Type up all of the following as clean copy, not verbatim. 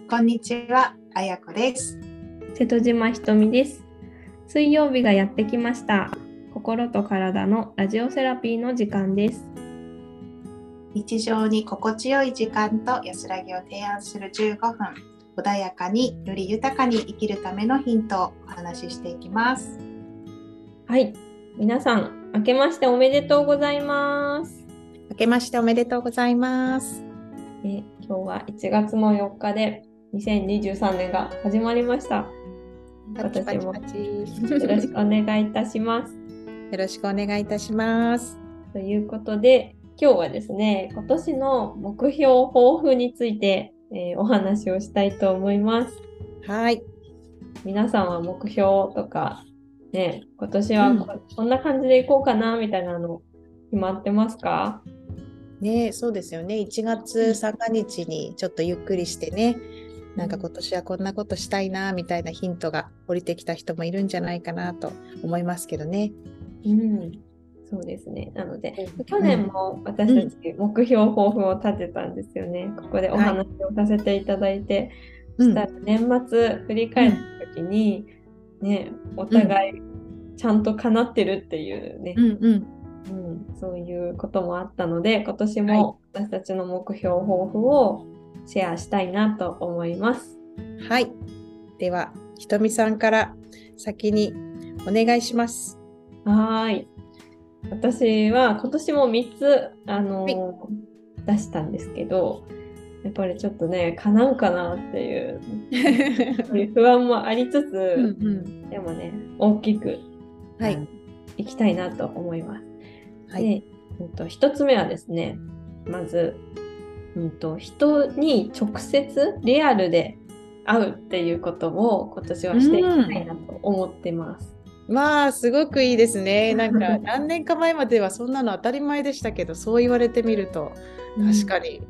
こんにちは、あやこです。 瀬戸島ひとみです。水曜日がやってきました。心と体のラジオセラピーの時間です。 日常に心地よい時間と安らぎを提案する15分、穏やかにより豊かに生きるためのヒントをお話ししていきます。 はい、皆さん明けましておめでとうございます。 明けましておめでとうございます。 今日は1月の4日で2023年が始まりました。 パチパチ私もパチよろしくお願いいたします。 よろしくお願いいたします。 ということで、今日はですね、今年の目標抱負について、お話をしたいと思います。 はい。 皆さんは目標とか、ね、今年はこんな感じでいこうかなみたいなの決まってますか？ ね、そうですよね。1月三が日にちょっとゆっくりしてね、なんか今年はこんなことしたいなみたいなヒントが降りてきた人もいるんじゃないかなと思いますけどね。 そうですね。なので、去年も私たち目標抱負を立てたんですよね。ここでお話をさせていただいて、したら年末振り返った時に、ね、お互いちゃんと叶ってるっていうね、そういうこともあったので、今年も私たちの目標抱負をシェアしたいなと思います。 はい。では、ひとみさんから先にお願いします。 はい。私は今年も3つ、出したんですけど、やっぱりちょっとね、叶うかなっていう不安もありつつ、でもね、大きく、いきたいなと思います。で、1つ目はですね、まず、人に直接リアルで会うっていうことを今年はしていきたいなと思ってます。 まあすごくいいですね。なんか何年か前まではそんなの当たり前でしたけど、そう言われてみると確かに。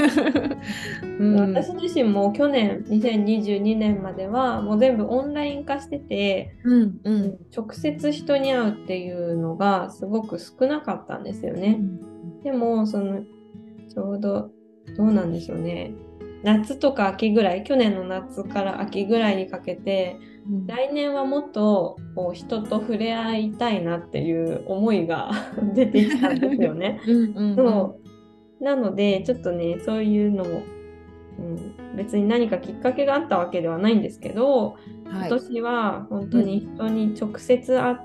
私自身も去年2022年まではもう全部オンライン化してて、直接人に会うっていうのがすごく少なかったんですよね。でもちょうどどうなんでしょうね。夏とか秋ぐらい、去年の夏から秋ぐらいにかけて、来年はもっとこう人と触れ合いたいなっていう思いが出てきたんですよね。なので、ちょっとね、そういうのも、別に何かきっかけがあったわけではないんですけど、今年は本当に人に直接会って、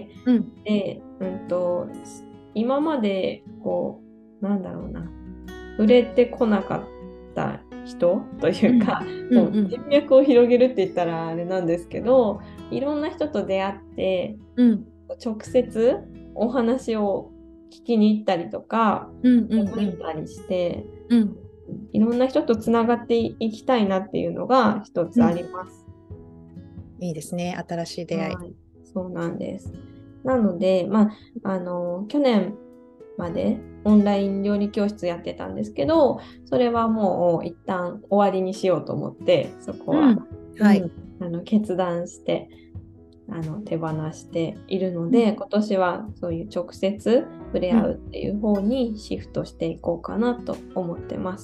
で、今までこう、なんだろうな、触れてこなかった人というか、人脈を広げるって言ったらあれなんですけど、いろんな人と出会って、直接お話を聞きに行ったりとか、見たりして、いろんな人とつながっていきたいなっていうのが一つあります。 いいですね、新しい出会い。 そうなんです。なので、去年までオンライン料理教室やってたんですけど、それはもう一旦終わりにしようと思って、そこは、決断して手放しているので、今年はそういう直接触れ合うっていう方にシフトしていこうかなと思ってます。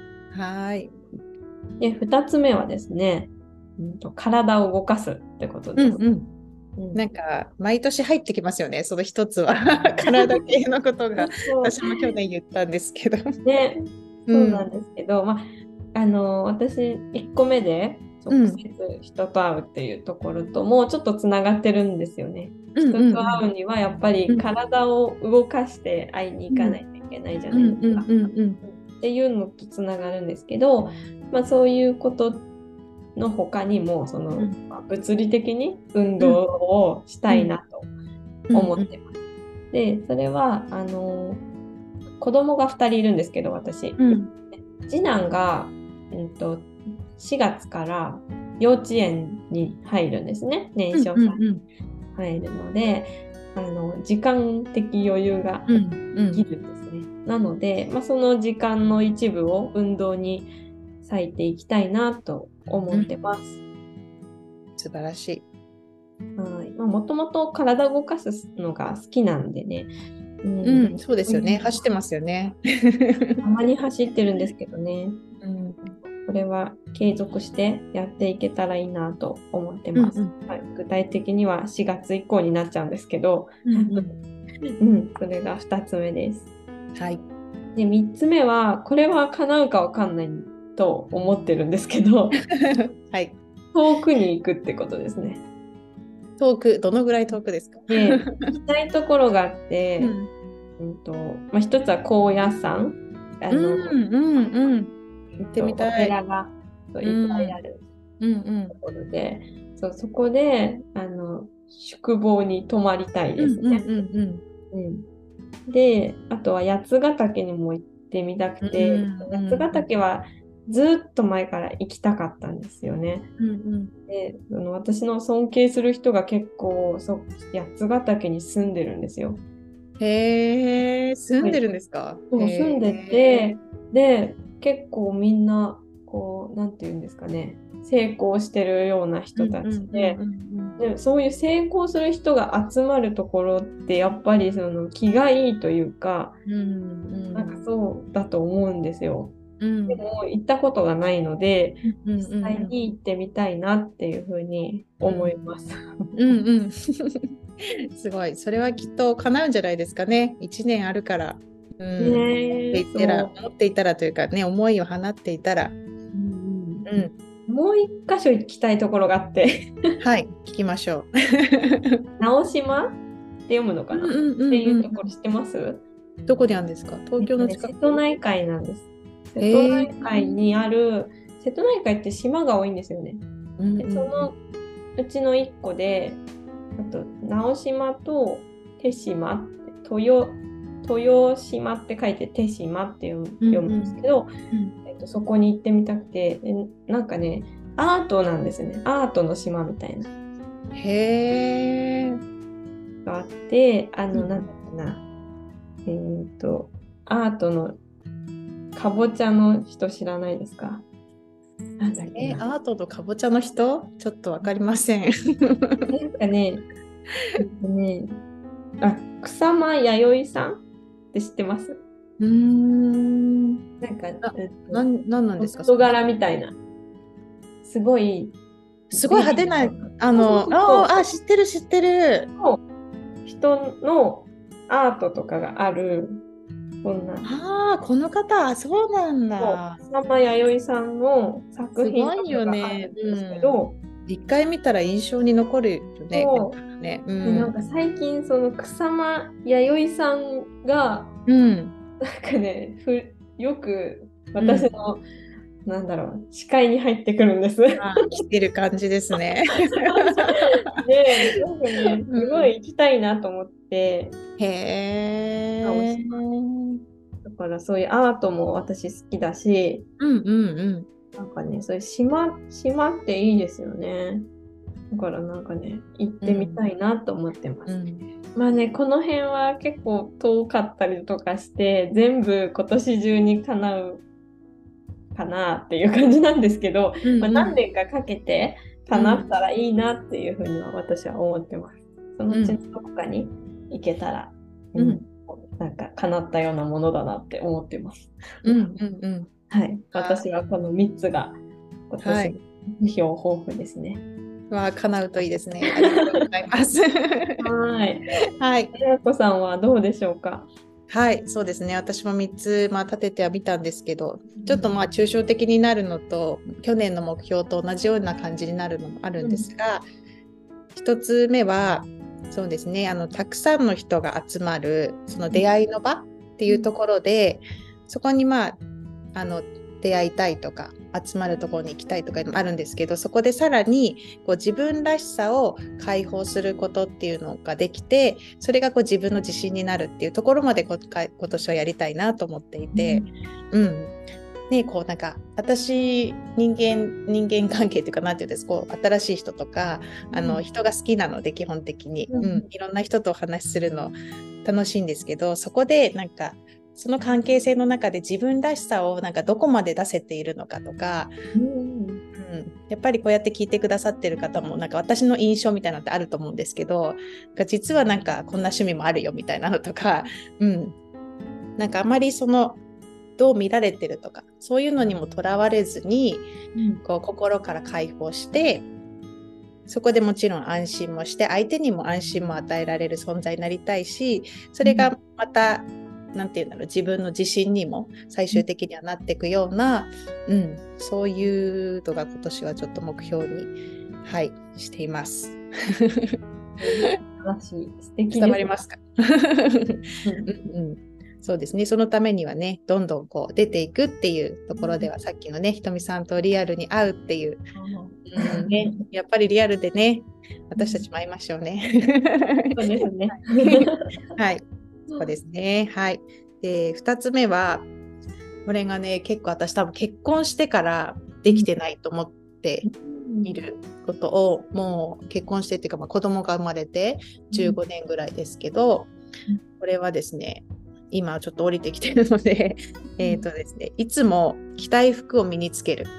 で、2つ目はですね、体を動かすってことです。 なんか毎年入ってきますよね、その一つは体系のことが私も去年言ったんですけどね、そうなんですけど、私1個目で直接人と会うっていうところともちょっとつながってるんですよね。人と会うにはやっぱり体を動かして会いに行かないといけないじゃないですか。っていうのとつながるんですけど、そういうことの他にも物理的に運動をしたいなと思ってます。で、それは子供が2人いるんですけど、私。次男が、4月から幼稚園に入るんですね。年少さんに入るので、時間的余裕ができるんですね。なので、その時間の一部を運動に割いていきたいなと思ってます。 素晴らしい。 もともと体を動かすのが好きなんでね。 そうですよね。走ってますよね。 たまに走ってるんですけどね。 れは継続してやっていけたらいいなと思ってます。はい、具体的には4月以降になっちゃうんですけど、それが2つ目です。 はい。 で、3つ目は、これは叶うかわかんないと思ってるんですけど、 はい、 遠くに行くってことですね。 遠く、どのぐらい遠くですか？ で、行きたいところがあって、一つは高野山。 行ってみたい。 お寺がいっぱいあるところで、そこで宿坊に泊まりたいですね。で、あとは八ヶ岳にも行ってみたくて、八ヶ岳はずっと前から行きたかったんですよね。で、私の尊敬する人が結構八ヶ岳に住んでるんですよ。 へー、住んでるんですか？ そう、住んでて、で、結構みんな、なんていうんですかね、成功してるような人たちで、そういう成功する人が集まるところって、やっぱり気がいいというか、なんかそうだと思うんですよ。でも行ったことがないので、実際に行ってみたいなっていうふうに思います。 すごい。それはきっと叶うんじゃないですかね。1年あるから。思っていたらというかね、思いを放っていたら。 もう一箇所行きたいところがあって。 はい、聞きましょう。 直島って読むのかなっていうところ知ってます？ どこにあるんですか？東京の近く？ 瀬戸内海なんです。瀬戸内海にある、瀬戸内海って島が多いんですよね。でそのうちの1個で、あと直島と手島、豊島って書いて手島って読むんですけど、そこに行ってみたくて、なんかね、アートなんですよね。アートの島みたいな。 へー。 があって、なんだっけな、アートのかぼちゃの人知らないですか？ なんだっけな。アートのかぼちゃの人？ちょっとわかりません。 なんかね、草間彌生さんって知ってます？なんか、 なんなんですか？ 人柄みたいな。すごい派手な、知ってる知ってる。 人のアートとかがある、こんな。 この方、そうなんだ。 草間彌生さんの作品とかがあるんですけど、 一回見たら印象に残るよね。 なんか最近その草間彌生さんが、なんかね、よく私の、なんだろう、視界に入ってくるんです。 来てる感じですね。 で、なんかね、すごい行きたいなと思って。 へー。 だからそういうアートも私好きだし、なんかね、そういう島っていいですよね。だからなんかね、行ってみたいなと思ってます。まあね、この辺は結構遠かったりとかして、全部今年中に叶うかなっていう感じなんですけど、何年かかけて叶ったらいいなっていうふうには私は思ってます。そのうちのどこかに行けたら、なんか叶ったようなものだなって思ってます。はい、私はこの3つが今年の目標抱負ですね。 叶うといいですね。ありがとうございます。 はい。あやこさんはどうでしょうか？ はい、そうですね。私も3つ、立ててはみたんですけど、ちょっと抽象的になるのと、去年の目標と同じような感じになるのもあるんですが、1つ目は、そうですね、たくさんの人が集まる、その出会いの場っていうところで、そこに出会いたいとか、集まるところに行きたいとかいうのもあるんですけど、そこでさらに自分らしさを解放することっていうのができて、それが自分の自信になるっていうところまで今年はやりたいなと思っていて、なんか私人間関係というかなんていうんですか、新しい人とか人が好きなので基本的に、いろんな人とお話しするの楽しいんですけど、そこでなんかその関係性の中で自分らしさをなんかどこまで出せているのかとか、やっぱりこうやって聞いてくださってる方もなんか私の印象みたいなのってあると思うんですけど、実はなんかこんな趣味もあるよみたいなのとか、なんかあまりどう見られてるとか、 そういうのにもとらわれずに、こう心から解放して、そこでもちろん安心もして、相手にも安心も与えられる存在になりたいし、それがまた、なんていうんだろう、自分の自信にも最終的にはなっていくような、そういうのが今年はちょっと目標に、しています。 素晴らしい。素敵です。 伝わりますか？そうですね。そのためにはね、どんどんこう出ていくっていうところでは、さっきのね、ひとみさんとリアルに会うっていう、やっぱりリアルでね、私たちも会いましょうね。 そうですね。 はい、そうですね。はい。で、2つ目は、これがね、結構私多分結婚してからできてないと思っていることを、もう結婚してっていうか、子供が生まれて15年ぐらいですけど、これはですね、今ちょっと降りてきてるので、ですね、いつも着たい服を身につける。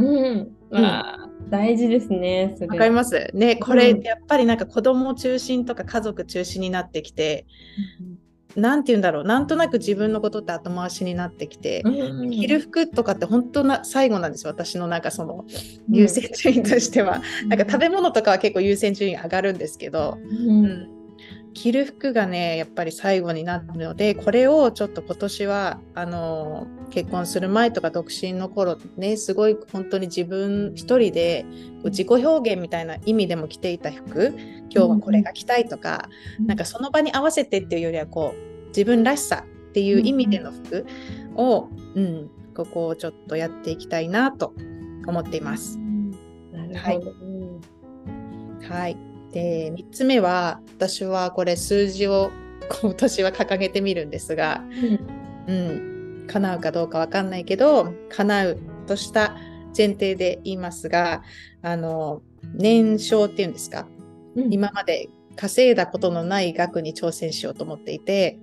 大事ですね。 わかりますね。これやっぱりなんか子供中心とか家族中心になってきて、なんて言うんだろう、なんとなく自分のことって後回しになってきて、着る服とかって本当な最後なんですよ、私のなんかその優先順位としては。なんか食べ物とかは結構優先順位上がるんですけど、着る服がねやっぱり最後になるので、これをちょっと今年は結婚する前とか独身の頃ね、すごい本当に自分一人でこう自己表現みたいな意味でも着ていた服、今日はこれが着たいとか、なんかその場に合わせてっていうよりはこう自分らしさっていう意味での服を、ここをちょっとやっていきたいなと思っています。 なるほど。 はい。で、3つ目は、私はこれ数字を今年は掲げてみるんですが、叶うかどうかわかんないけど、叶うとした前提で言いますが、年商っていうんですか、今まで稼いだことのない額に挑戦しようと思っていて、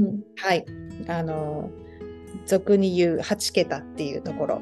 俗に言う8桁っていうところ。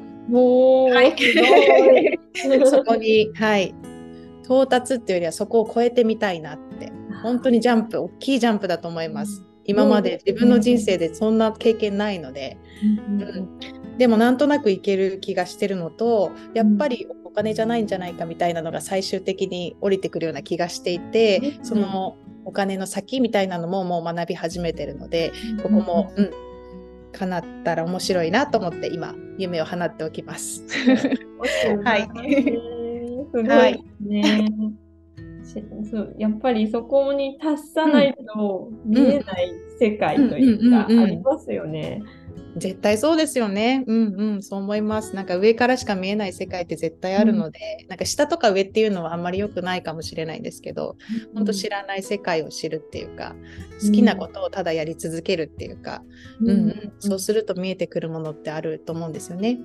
そこに、到達っていうよりはそこを超えてみたいなって、本当にジャンプ、大きいジャンプだと思います。今まで自分の人生でそんな経験ないので、でもなんとなくいける気がしてるのと、やっぱりお金じゃないんじゃないかみたいなのが最終的に降りてくるような気がしていて、そのお金の先みたいなのももう学び始めてるので、ここも、叶ったら面白いなと思って今夢を放っておきます。はい。 すごいですね。そうやっぱりそこに達さないと見えない世界というかありますよね。 絶対そうですよね。そう思います。なんか上からしか見えない世界って絶対あるので、なんか下とか上っていうのはあんまり良くないかもしれないんですけど、本当知らない世界を知るっていうか、好きなことをただやり続けるっていうか、そうすると見えてくるものってあると思うんですよね。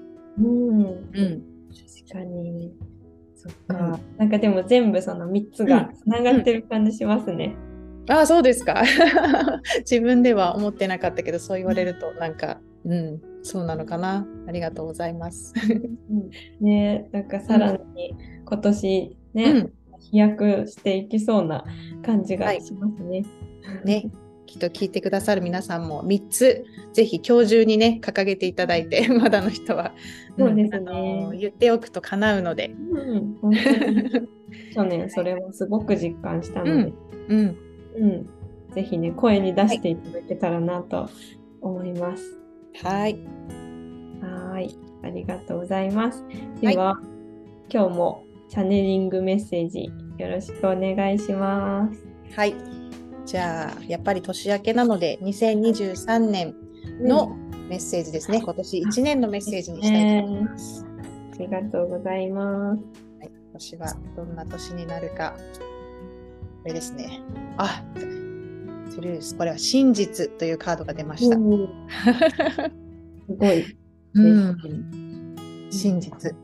確かに。そっか。なんかでも全部その3つがつながってる感じしますね。 あ、そうですか。自分では思ってなかったけど、そう言われるとなんか、そうなのかな。ありがとうございます。 ね、なんかさらに今年ね、飛躍していきそうな感じがしますね。 ね、きっと聞いてくださる皆さんも3つぜひ今日中にね掲げていただいて、まだの人は、 そうですね、 言っておくと叶うので、 本当に去年それをすごく実感したので、ぜひね声に出していただけたらなと思います。はい、ありがとうございます。では、今日もチャネリングメッセージよろしくお願いします。 はい。じゃあやっぱり年明けなので2023年のメッセージですね。今年1年のメッセージにしたいと思います。 ありがとうございます。 今年はどんな年になるか。これですね。あ、トゥルース。これは真実というカードが出ました。 すごい。 真実。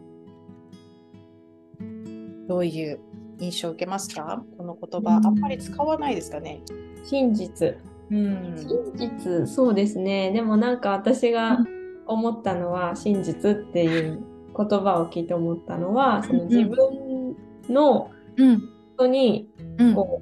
どういう印象を受けますか？この言葉、あんまり使わないですかね。 真実。真実、そうですね。でもなんか私が思ったのは、真実っていう言葉を聞いて思ったのは、その自分の人にこ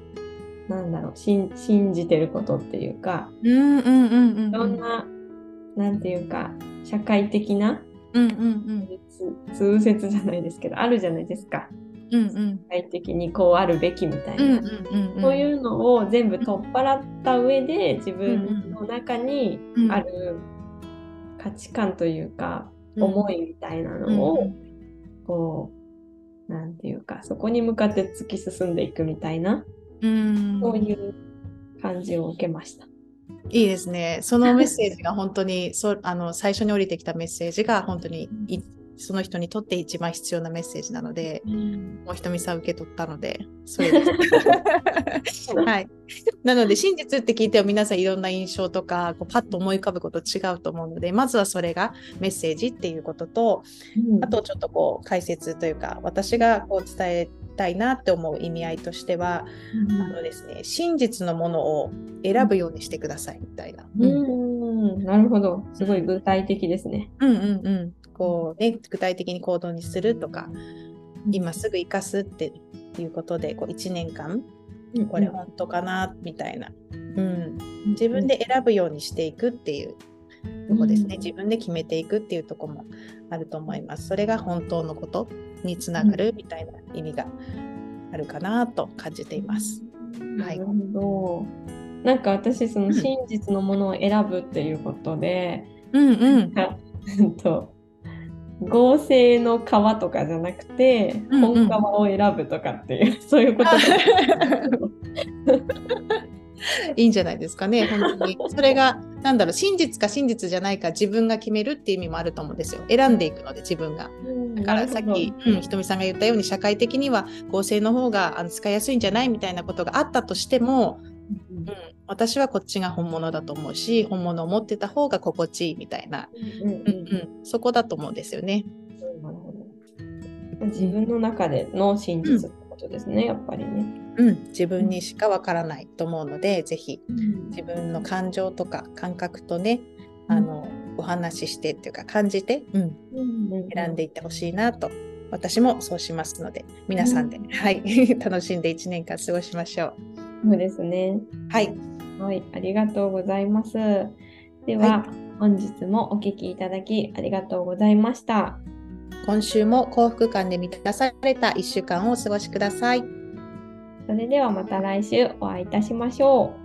う、なんだろう、信じてることっていうか、いろんななんていうか社会的な、通説じゃないですけどあるじゃないですか。社会的にこうあるべきみたいな、そういうのを全部取っ払った上で自分の中にある価値観というか、思いみたいなのをこうなんていうかそこに向かって突き進んでいくみたいな、そういう感じを受けました。 いいですね。そのメッセージが本当に最初に降りてきたメッセージが本当にその人にとって一番必要なメッセージなので、もうひとみさん受け取ったので、それです。はい。なので、真実って聞いても皆さんいろんな印象とか、パッと思い浮かぶこと違うと思うので、まずはそれがメッセージっていうことと、あとちょっと解説というか、私が伝えたいなって思う意味合いとしては、ですね、真実のものを選ぶようにしてくださいみたいな。 なるほど。すごい具体的ですね。 具体的に行動にするとか、今すぐ生かすっていうことで1年間これ本当かなみたいな、自分で選ぶようにしていくっていうとこですね。自分で決めていくっていうとこもあると思います。それが本当のことにつながるみたいな意味があるかなと感じています。 なるほど。なんか私その真実のものを選ぶっていうことで、合成の皮とかじゃなくて、本皮を選ぶとかっていう、そういうこといいんじゃないですかね。本当にそれが真実か真実じゃないか自分が決めるっていう意味もあると思うんですよ。選んでいくので自分が。だからさっきひとみさんが言ったように社会的には合成の方が使いやすいんじゃないみたいなことがあったとしても、私はこっちが本物だと思うし、本物を持ってた方が心地いいみたいな、そこだと思うんですよね。 自分の中での真実ってことですね、やっぱりね。 自分にしかわからないと思うので、ぜひ自分の感情とか感覚とね、お話ししてっていうか感じて、選んでいってほしいなと、私もそうしますので、皆さんで、楽しんで1年間過ごしましょう。 そうですね。はい、ありがとうございます。では、本日もお聞きいただきありがとうございました。 今週も幸福感で満たされた1週間をお過ごしください。 それではまた来週お会いいたしましょう。